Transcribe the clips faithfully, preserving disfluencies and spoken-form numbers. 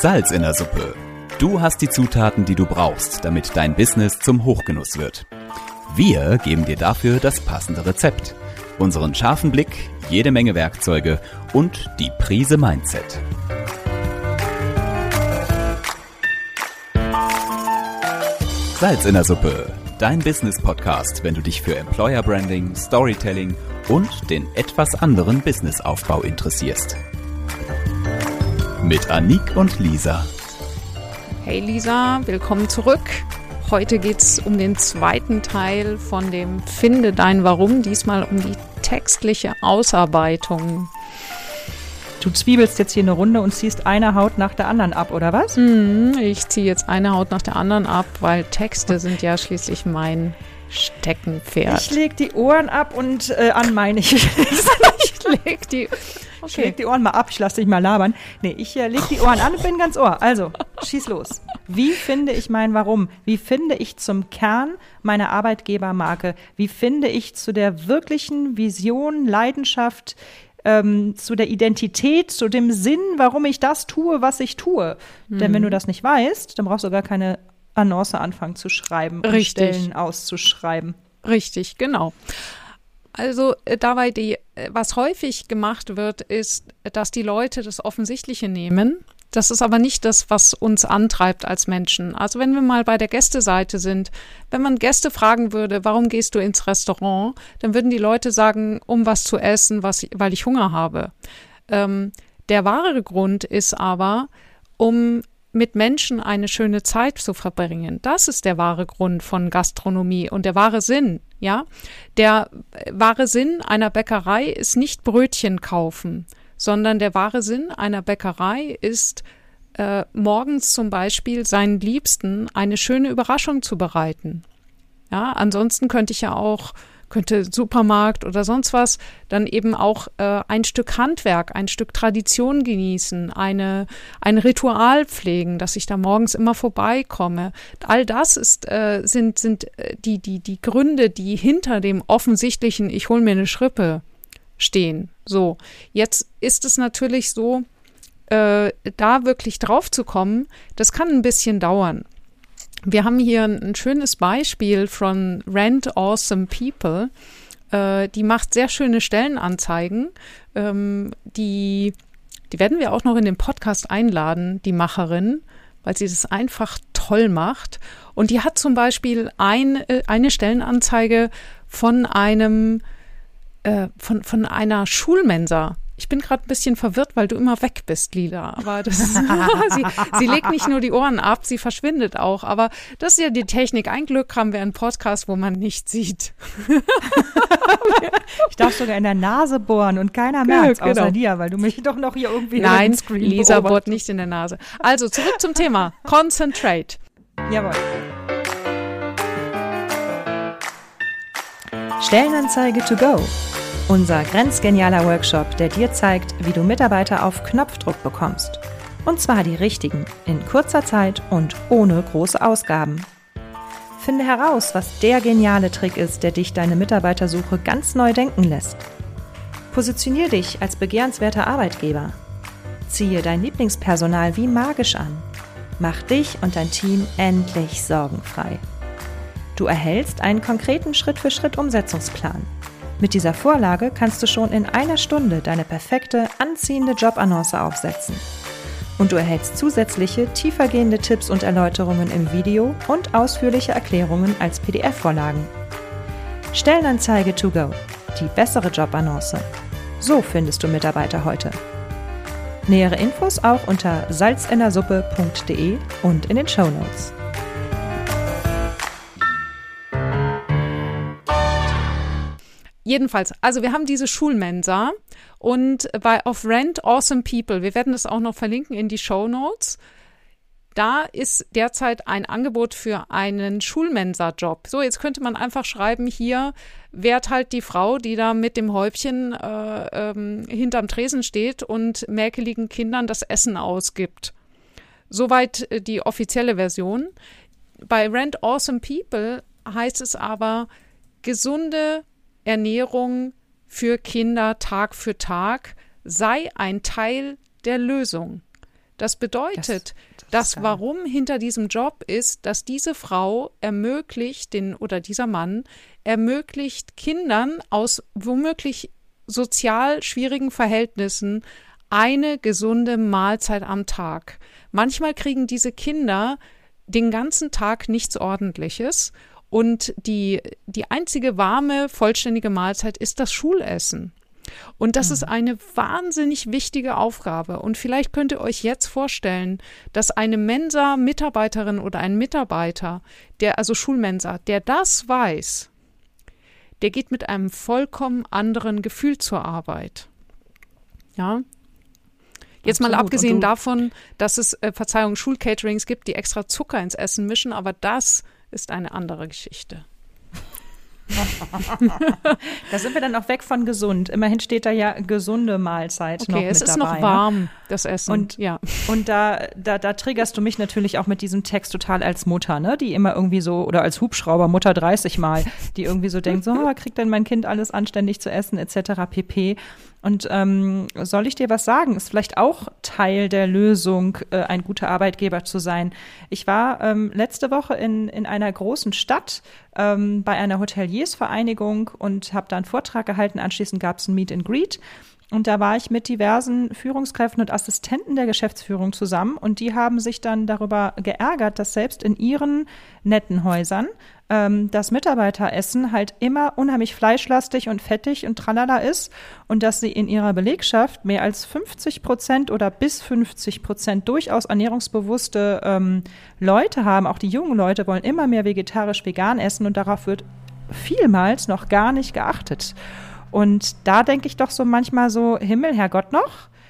Salz in der Suppe. Du hast die Zutaten, die du brauchst, damit dein Business zum Hochgenuss wird. Wir geben dir dafür das passende Rezept, unseren scharfen Blick, jede Menge Werkzeuge und die Prise Mindset. Salz in der Suppe, dein Business-Podcast, wenn du dich für Employer Branding, Storytelling und den etwas anderen Businessaufbau interessierst. Mit Anik und Lisa. Hey Lisa, willkommen zurück. Heute geht es um den zweiten Teil von dem Finde dein Warum, diesmal um die textliche Ausarbeitung. Du zwiebelst jetzt hier eine Runde und ziehst eine Haut nach der anderen ab, oder was? Mm, ich ziehe jetzt eine Haut nach der anderen ab, weil Texte sind ja schließlich mein Steckenpferd. Ich leg die Ohren ab und äh, an meine ich. ich leg die... Okay. Ich leg die Ohren mal ab, ich lass dich mal labern. Nee, ich äh, leg die Ohren an und bin ganz Ohr. Also, schieß los. Wie finde ich mein Warum? Wie finde ich zum Kern meiner Arbeitgebermarke? Wie finde ich zu der wirklichen Vision, Leidenschaft, ähm, zu der Identität, zu dem Sinn, warum ich das tue, was ich tue? Mhm. Denn wenn du das nicht weißt, dann brauchst du gar keine Annonce anfangen zu schreiben und Richtig. Stellen auszuschreiben. Richtig, genau. Also dabei, die, was häufig gemacht wird, ist, dass die Leute das Offensichtliche nehmen. Das ist aber nicht das, was uns antreibt als Menschen. Also wenn wir mal bei der Gästeseite sind, wenn man Gäste fragen würde, warum gehst du ins Restaurant, dann würden die Leute sagen, um was zu essen, was, weil ich Hunger habe. Ähm, der wahre Grund ist aber, um mit Menschen eine schöne Zeit zu verbringen. Das ist der wahre Grund von Gastronomie und der wahre Sinn, ja. Der wahre Sinn einer Bäckerei ist nicht Brötchen kaufen, sondern der wahre Sinn einer Bäckerei ist, äh, morgens zum Beispiel seinen Liebsten eine schöne Überraschung zu bereiten. Ja, ansonsten könnte ich ja auch könnte Supermarkt oder sonst was, dann eben auch äh, ein Stück Handwerk, ein Stück Tradition genießen, eine, ein Ritual pflegen, dass ich da morgens immer vorbeikomme. All das ist, äh, sind, sind die, die, die Gründe, die hinter dem offensichtlichen ich hole mir eine Schrippe stehen. So, jetzt ist es natürlich so, äh, da wirklich drauf zu kommen, das kann ein bisschen dauern. Wir haben hier ein schönes Beispiel von Rent Awesome People. Äh, die macht sehr schöne Stellenanzeigen. Ähm, die, die werden wir auch noch in den Podcast einladen, die Macherin, weil sie das einfach toll macht. Und die hat zum Beispiel ein, äh, eine Stellenanzeige von einem, äh, von, von einer Schulmensa. Ich bin gerade ein bisschen verwirrt, weil du immer weg bist, Lila. Aber das, sie, sie legt nicht nur die Ohren ab, sie verschwindet auch. Aber das ist ja die Technik. Ein Glück haben wir einen Podcast, wo man nichts sieht. Ich darf sogar in der Nase bohren und keiner merkt genau. außer dir, weil du mich doch noch hier irgendwie Nein, in den Screen Lisa beobachtest. bohrt nicht in der Nase. Also zurück zum Thema. Concentrate. Jawohl. Stellenanzeige to go. Unser grenzgenialer Workshop, der dir zeigt, wie du Mitarbeiter auf Knopfdruck bekommst. Und zwar die richtigen, in kurzer Zeit und ohne große Ausgaben. Finde heraus, was der geniale Trick ist, der dich deine Mitarbeitersuche ganz neu denken lässt. Positionier dich als begehrenswerter Arbeitgeber. Ziehe dein Lieblingspersonal wie magisch an. Mach dich und dein Team endlich sorgenfrei. Du erhältst einen konkreten Schritt-für-Schritt-Umsetzungsplan. Mit dieser Vorlage kannst du schon in einer Stunde deine perfekte, anziehende Jobannonce aufsetzen. Und du erhältst zusätzliche, tiefergehende Tipps und Erläuterungen im Video und ausführliche Erklärungen als P D F-Vorlagen. Stellenanzeige to go. Die bessere Jobannonce. So findest du Mitarbeiter heute. Nähere Infos auch unter salzindersuppe punkt de und in den Shownotes. Jedenfalls, also wir haben diese Schulmensa und bei auf Rent Awesome People, wir werden das auch noch verlinken in die Shownotes, da ist derzeit ein Angebot für einen Schulmensa-Job. So, jetzt könnte man einfach schreiben, hier wehrt halt die Frau, die da mit dem Häubchen äh, ähm, hinterm Tresen steht und mäkeligen Kindern das Essen ausgibt. Soweit äh, die offizielle Version. Bei Rent Awesome People heißt es aber gesunde Ernährung für Kinder Tag für Tag sei ein Teil der Lösung. Das bedeutet, das, das, das Warum hinter diesem Job ist, dass diese Frau ermöglicht, den oder dieser Mann ermöglicht Kindern aus womöglich sozial schwierigen Verhältnissen eine gesunde Mahlzeit am Tag. Manchmal kriegen diese Kinder den ganzen Tag nichts Ordentliches und die, die einzige warme, vollständige Mahlzeit ist das Schulessen. Und das mhm. ist eine wahnsinnig wichtige Aufgabe. Und vielleicht könnt ihr euch jetzt vorstellen, dass eine Mensa-Mitarbeiterin oder ein Mitarbeiter, der also Schulmensa, der das weiß, der geht mit einem vollkommen anderen Gefühl zur Arbeit. Ja. Jetzt Absolut. Mal abgesehen davon, dass es, äh, Verzeihung, Schulcaterings gibt, die extra Zucker ins Essen mischen, aber das ist eine andere Geschichte. Da sind wir dann auch weg von gesund. Immerhin steht da ja gesunde Mahlzeit okay, noch mit dabei. Okay, es ist noch warm, das Essen. Und, ja. und da, da, da triggerst du mich natürlich auch mit diesem Text total als Mutter, ne? Die immer irgendwie so, oder als Hubschrauber, Mutter dreißig Mal, die irgendwie so denkt, so, oh, kriegt denn mein Kind alles anständig zu essen, et cetera pp. Und ähm, soll ich dir was sagen? Ist vielleicht auch Teil der Lösung, äh, ein guter Arbeitgeber zu sein. Ich war ähm, letzte Woche in, in einer großen Stadt ähm, bei einer Hoteliersvereinigung und habe da einen Vortrag gehalten. Anschließend gab es ein Meet and Greet. Und da war ich mit diversen Führungskräften und Assistenten der Geschäftsführung zusammen. Und die haben sich dann darüber geärgert, dass selbst in ihren netten Häusern ähm, das Mitarbeiteressen halt immer unheimlich fleischlastig und fettig und tralala ist. Und dass sie in ihrer Belegschaft mehr als fünfzig Prozent oder bis fünfzig Prozent durchaus ernährungsbewusste ähm, Leute haben. Auch die jungen Leute wollen immer mehr vegetarisch-vegan essen. Und darauf wird vielmals noch gar nicht geachtet. Und da denke ich doch so manchmal so, Himmel, Herrgott noch,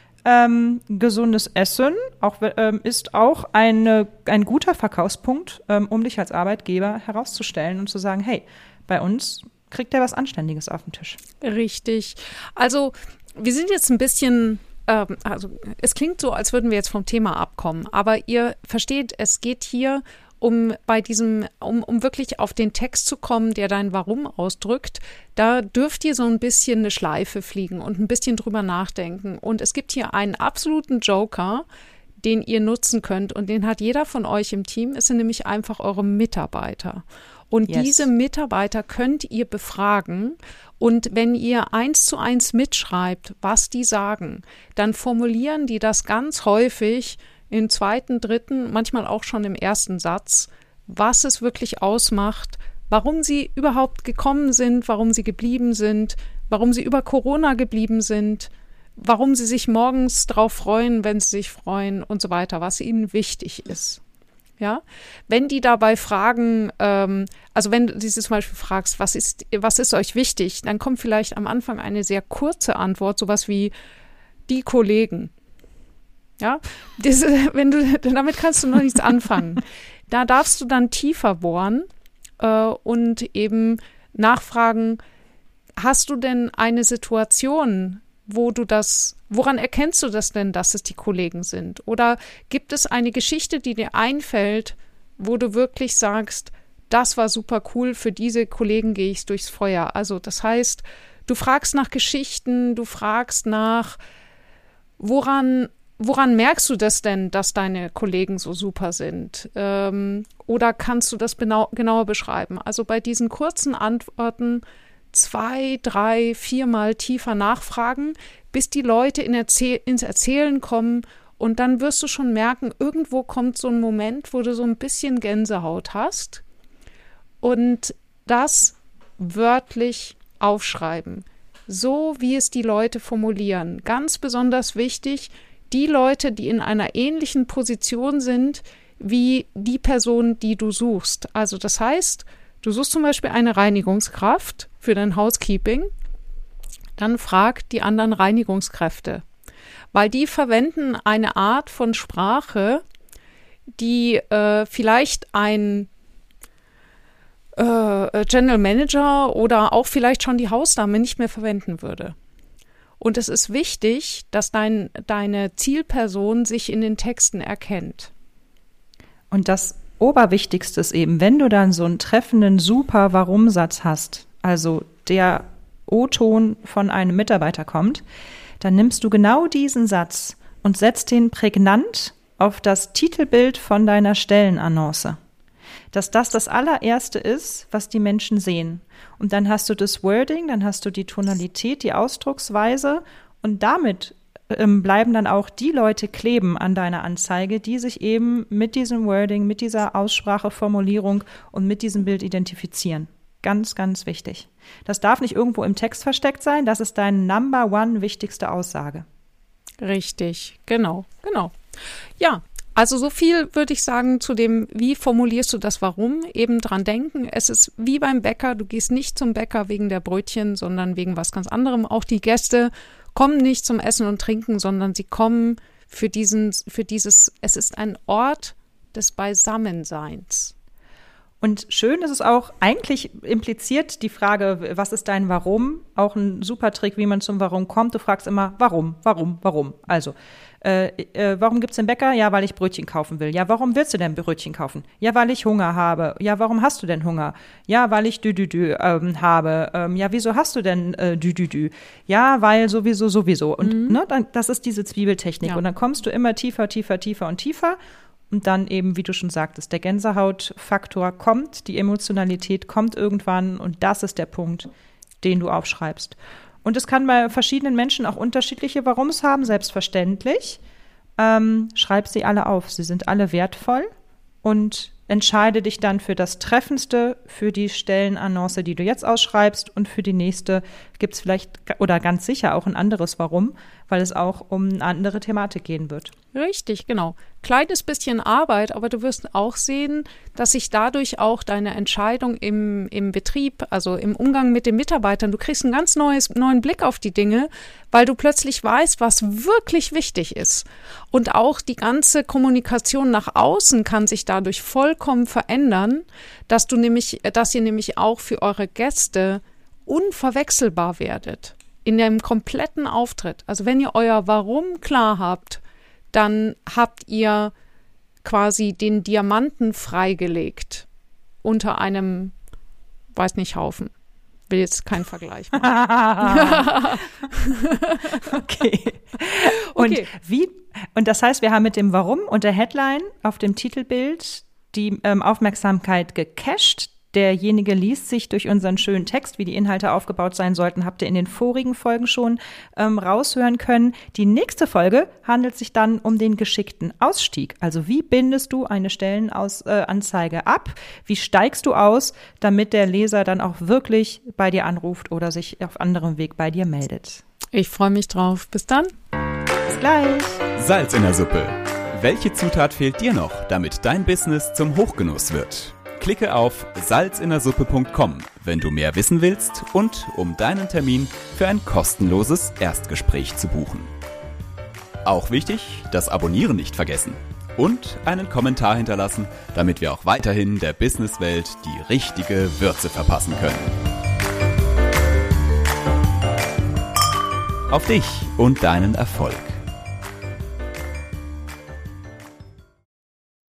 ähm, gesundes Essen auch, ähm, ist auch eine, ein guter Verkaufspunkt, ähm, um dich als Arbeitgeber herauszustellen und zu sagen, hey, bei uns kriegt er was Anständiges auf den Tisch. Richtig. Also wir sind jetzt ein bisschen, ähm, also es klingt so, als würden wir jetzt vom Thema abkommen, aber ihr versteht, es geht hier um bei diesem, um, um wirklich auf den Text zu kommen, der dein Warum ausdrückt, da dürft ihr so ein bisschen eine Schleife fliegen und ein bisschen drüber nachdenken. Und es gibt hier einen absoluten Joker, den ihr nutzen könnt und den hat jeder von euch im Team. Es sind nämlich einfach eure Mitarbeiter. Und yes. diese Mitarbeiter könnt ihr befragen. Und wenn ihr eins zu eins mitschreibt, was die sagen, dann formulieren die das ganz häufig im zweiten, dritten, manchmal auch schon im ersten Satz, was es wirklich ausmacht, warum sie überhaupt gekommen sind, warum sie geblieben sind, warum sie über Corona geblieben sind, warum sie sich morgens drauf freuen, wenn sie sich freuen und so weiter, was ihnen wichtig ist. Ja, wenn die dabei fragen, ähm, also wenn du sie zum Beispiel fragst, was ist, was ist euch wichtig, dann kommt vielleicht am Anfang eine sehr kurze Antwort, sowas wie die Kollegen. Ja, das, wenn du, damit kannst du noch nichts anfangen. Da darfst du dann tiefer bohren äh, und eben nachfragen, hast du denn eine Situation, wo du das, woran erkennst du das denn, dass es die Kollegen sind? Oder gibt es eine Geschichte, die dir einfällt, wo du wirklich sagst, das war super cool, für diese Kollegen gehe ich durchs Feuer. Also das heißt, du fragst nach Geschichten, du fragst nach, woran Woran merkst du das denn, dass deine Kollegen so super sind? Ähm, oder kannst du das genau, genauer beschreiben? Also bei diesen kurzen Antworten zwei, drei, viermal tiefer nachfragen, bis die Leute in Erzähl- ins Erzählen kommen und dann wirst du schon merken, irgendwo kommt so ein Moment, wo du so ein bisschen Gänsehaut hast und das wörtlich aufschreiben, so wie es die Leute formulieren. Ganz besonders wichtig, die Leute, die in einer ähnlichen Position sind wie die Person, die du suchst. Also das heißt, du suchst zum Beispiel eine Reinigungskraft für dein Housekeeping, dann frag die anderen Reinigungskräfte, weil die verwenden eine Art von Sprache, die äh, vielleicht ein äh, General Manager oder auch vielleicht schon die Hausdame nicht mehr verwenden würde. Und es ist wichtig, dass dein, deine Zielperson sich in den Texten erkennt. Und das Oberwichtigste ist eben, wenn du dann so einen treffenden super Warum-Satz hast, also der O-Ton von einem Mitarbeiter kommt, dann nimmst du genau diesen Satz und setz den prägnant auf das Titelbild von deiner Stellenannonce. Dass das das allererste ist, was die Menschen sehen. Und dann hast du das Wording, dann hast du die Tonalität, die Ausdrucksweise und damit ähm, bleiben dann auch die Leute kleben an deiner Anzeige, die sich eben mit diesem Wording, mit dieser Aussprache, Formulierung und mit diesem Bild identifizieren. Ganz, ganz wichtig. Das darf nicht irgendwo im Text versteckt sein, das ist deine Number One wichtigste Aussage. Richtig, genau, genau. Ja, also so viel würde ich sagen zu dem, wie formulierst du das Warum? Eben dran denken, es ist wie beim Bäcker, du gehst nicht zum Bäcker wegen der Brötchen, sondern wegen was ganz anderem. Auch die Gäste kommen nicht zum Essen und Trinken, sondern sie kommen für diesen, für dieses, es ist ein Ort des Beisammenseins. Und schön ist es auch, eigentlich impliziert die Frage, was ist dein Warum, auch ein super Trick, wie man zum Warum kommt. Du fragst immer, warum, warum, warum? Also, äh, äh, warum gibt's den Bäcker? Ja, weil ich Brötchen kaufen will. Ja, warum willst du denn Brötchen kaufen? Ja, weil ich Hunger habe. Ja, warum hast du denn Hunger? Ja, weil ich Dü-Dü-Dü ähm, habe. Ähm, ja, wieso hast du denn äh, Dü-Dü-Dü? Ja, weil sowieso, sowieso. Und mhm. ne, dann, das ist diese Zwiebeltechnik. Ja. Und dann kommst du immer tiefer, tiefer, tiefer und tiefer. Und dann eben, wie du schon sagtest, der Gänsehautfaktor kommt, die Emotionalität kommt irgendwann und das ist der Punkt, den du aufschreibst. Und es kann bei verschiedenen Menschen auch unterschiedliche Warums haben, selbstverständlich. Ähm, schreib sie alle auf, sie sind alle wertvoll und entscheide dich dann für das Treffendste, für die Stellenannonce, die du jetzt ausschreibst und für die nächste gibt es vielleicht oder ganz sicher auch ein anderes Warum, weil es auch um eine andere Thematik gehen wird. Richtig, genau. Kleines bisschen Arbeit, aber du wirst auch sehen, dass sich dadurch auch deine Entscheidung im, im Betrieb, also im Umgang mit den Mitarbeitern, du kriegst einen ganz neues, neuen Blick auf die Dinge, weil du plötzlich weißt, was wirklich wichtig ist. Und auch die ganze Kommunikation nach außen kann sich dadurch vollkommen verändern, dass du nämlich, dass ihr nämlich auch für eure Gäste unverwechselbar werdet. In dem kompletten Auftritt. Also wenn ihr euer Warum klar habt, dann habt ihr quasi den Diamanten freigelegt unter einem, weiß nicht, Haufen. Will jetzt keinen Vergleich machen. Okay. Und okay. Wie? Und das heißt, wir haben mit dem Warum und der Headline auf dem Titelbild die ähm, Aufmerksamkeit gecached. Derjenige liest sich durch unseren schönen Text, wie die Inhalte aufgebaut sein sollten, habt ihr in den vorigen Folgen schon ähm, raushören können. Die nächste Folge handelt sich dann um den geschickten Ausstieg. Also wie bindest du eine Stellenanzeige äh, ab? Wie steigst du aus, damit der Leser dann auch wirklich bei dir anruft oder sich auf anderem Weg bei dir meldet? Ich freue mich drauf. Bis dann. Bis gleich. Salz in der Suppe. Welche Zutat fehlt dir noch, damit dein Business zum Hochgenuss wird? Klicke auf salz in der suppe punkt com, wenn du mehr wissen willst und um deinen Termin für ein kostenloses Erstgespräch zu buchen. Auch wichtig, das Abonnieren nicht vergessen und einen Kommentar hinterlassen, damit wir auch weiterhin der Businesswelt die richtige Würze verpassen können. Auf dich und deinen Erfolg.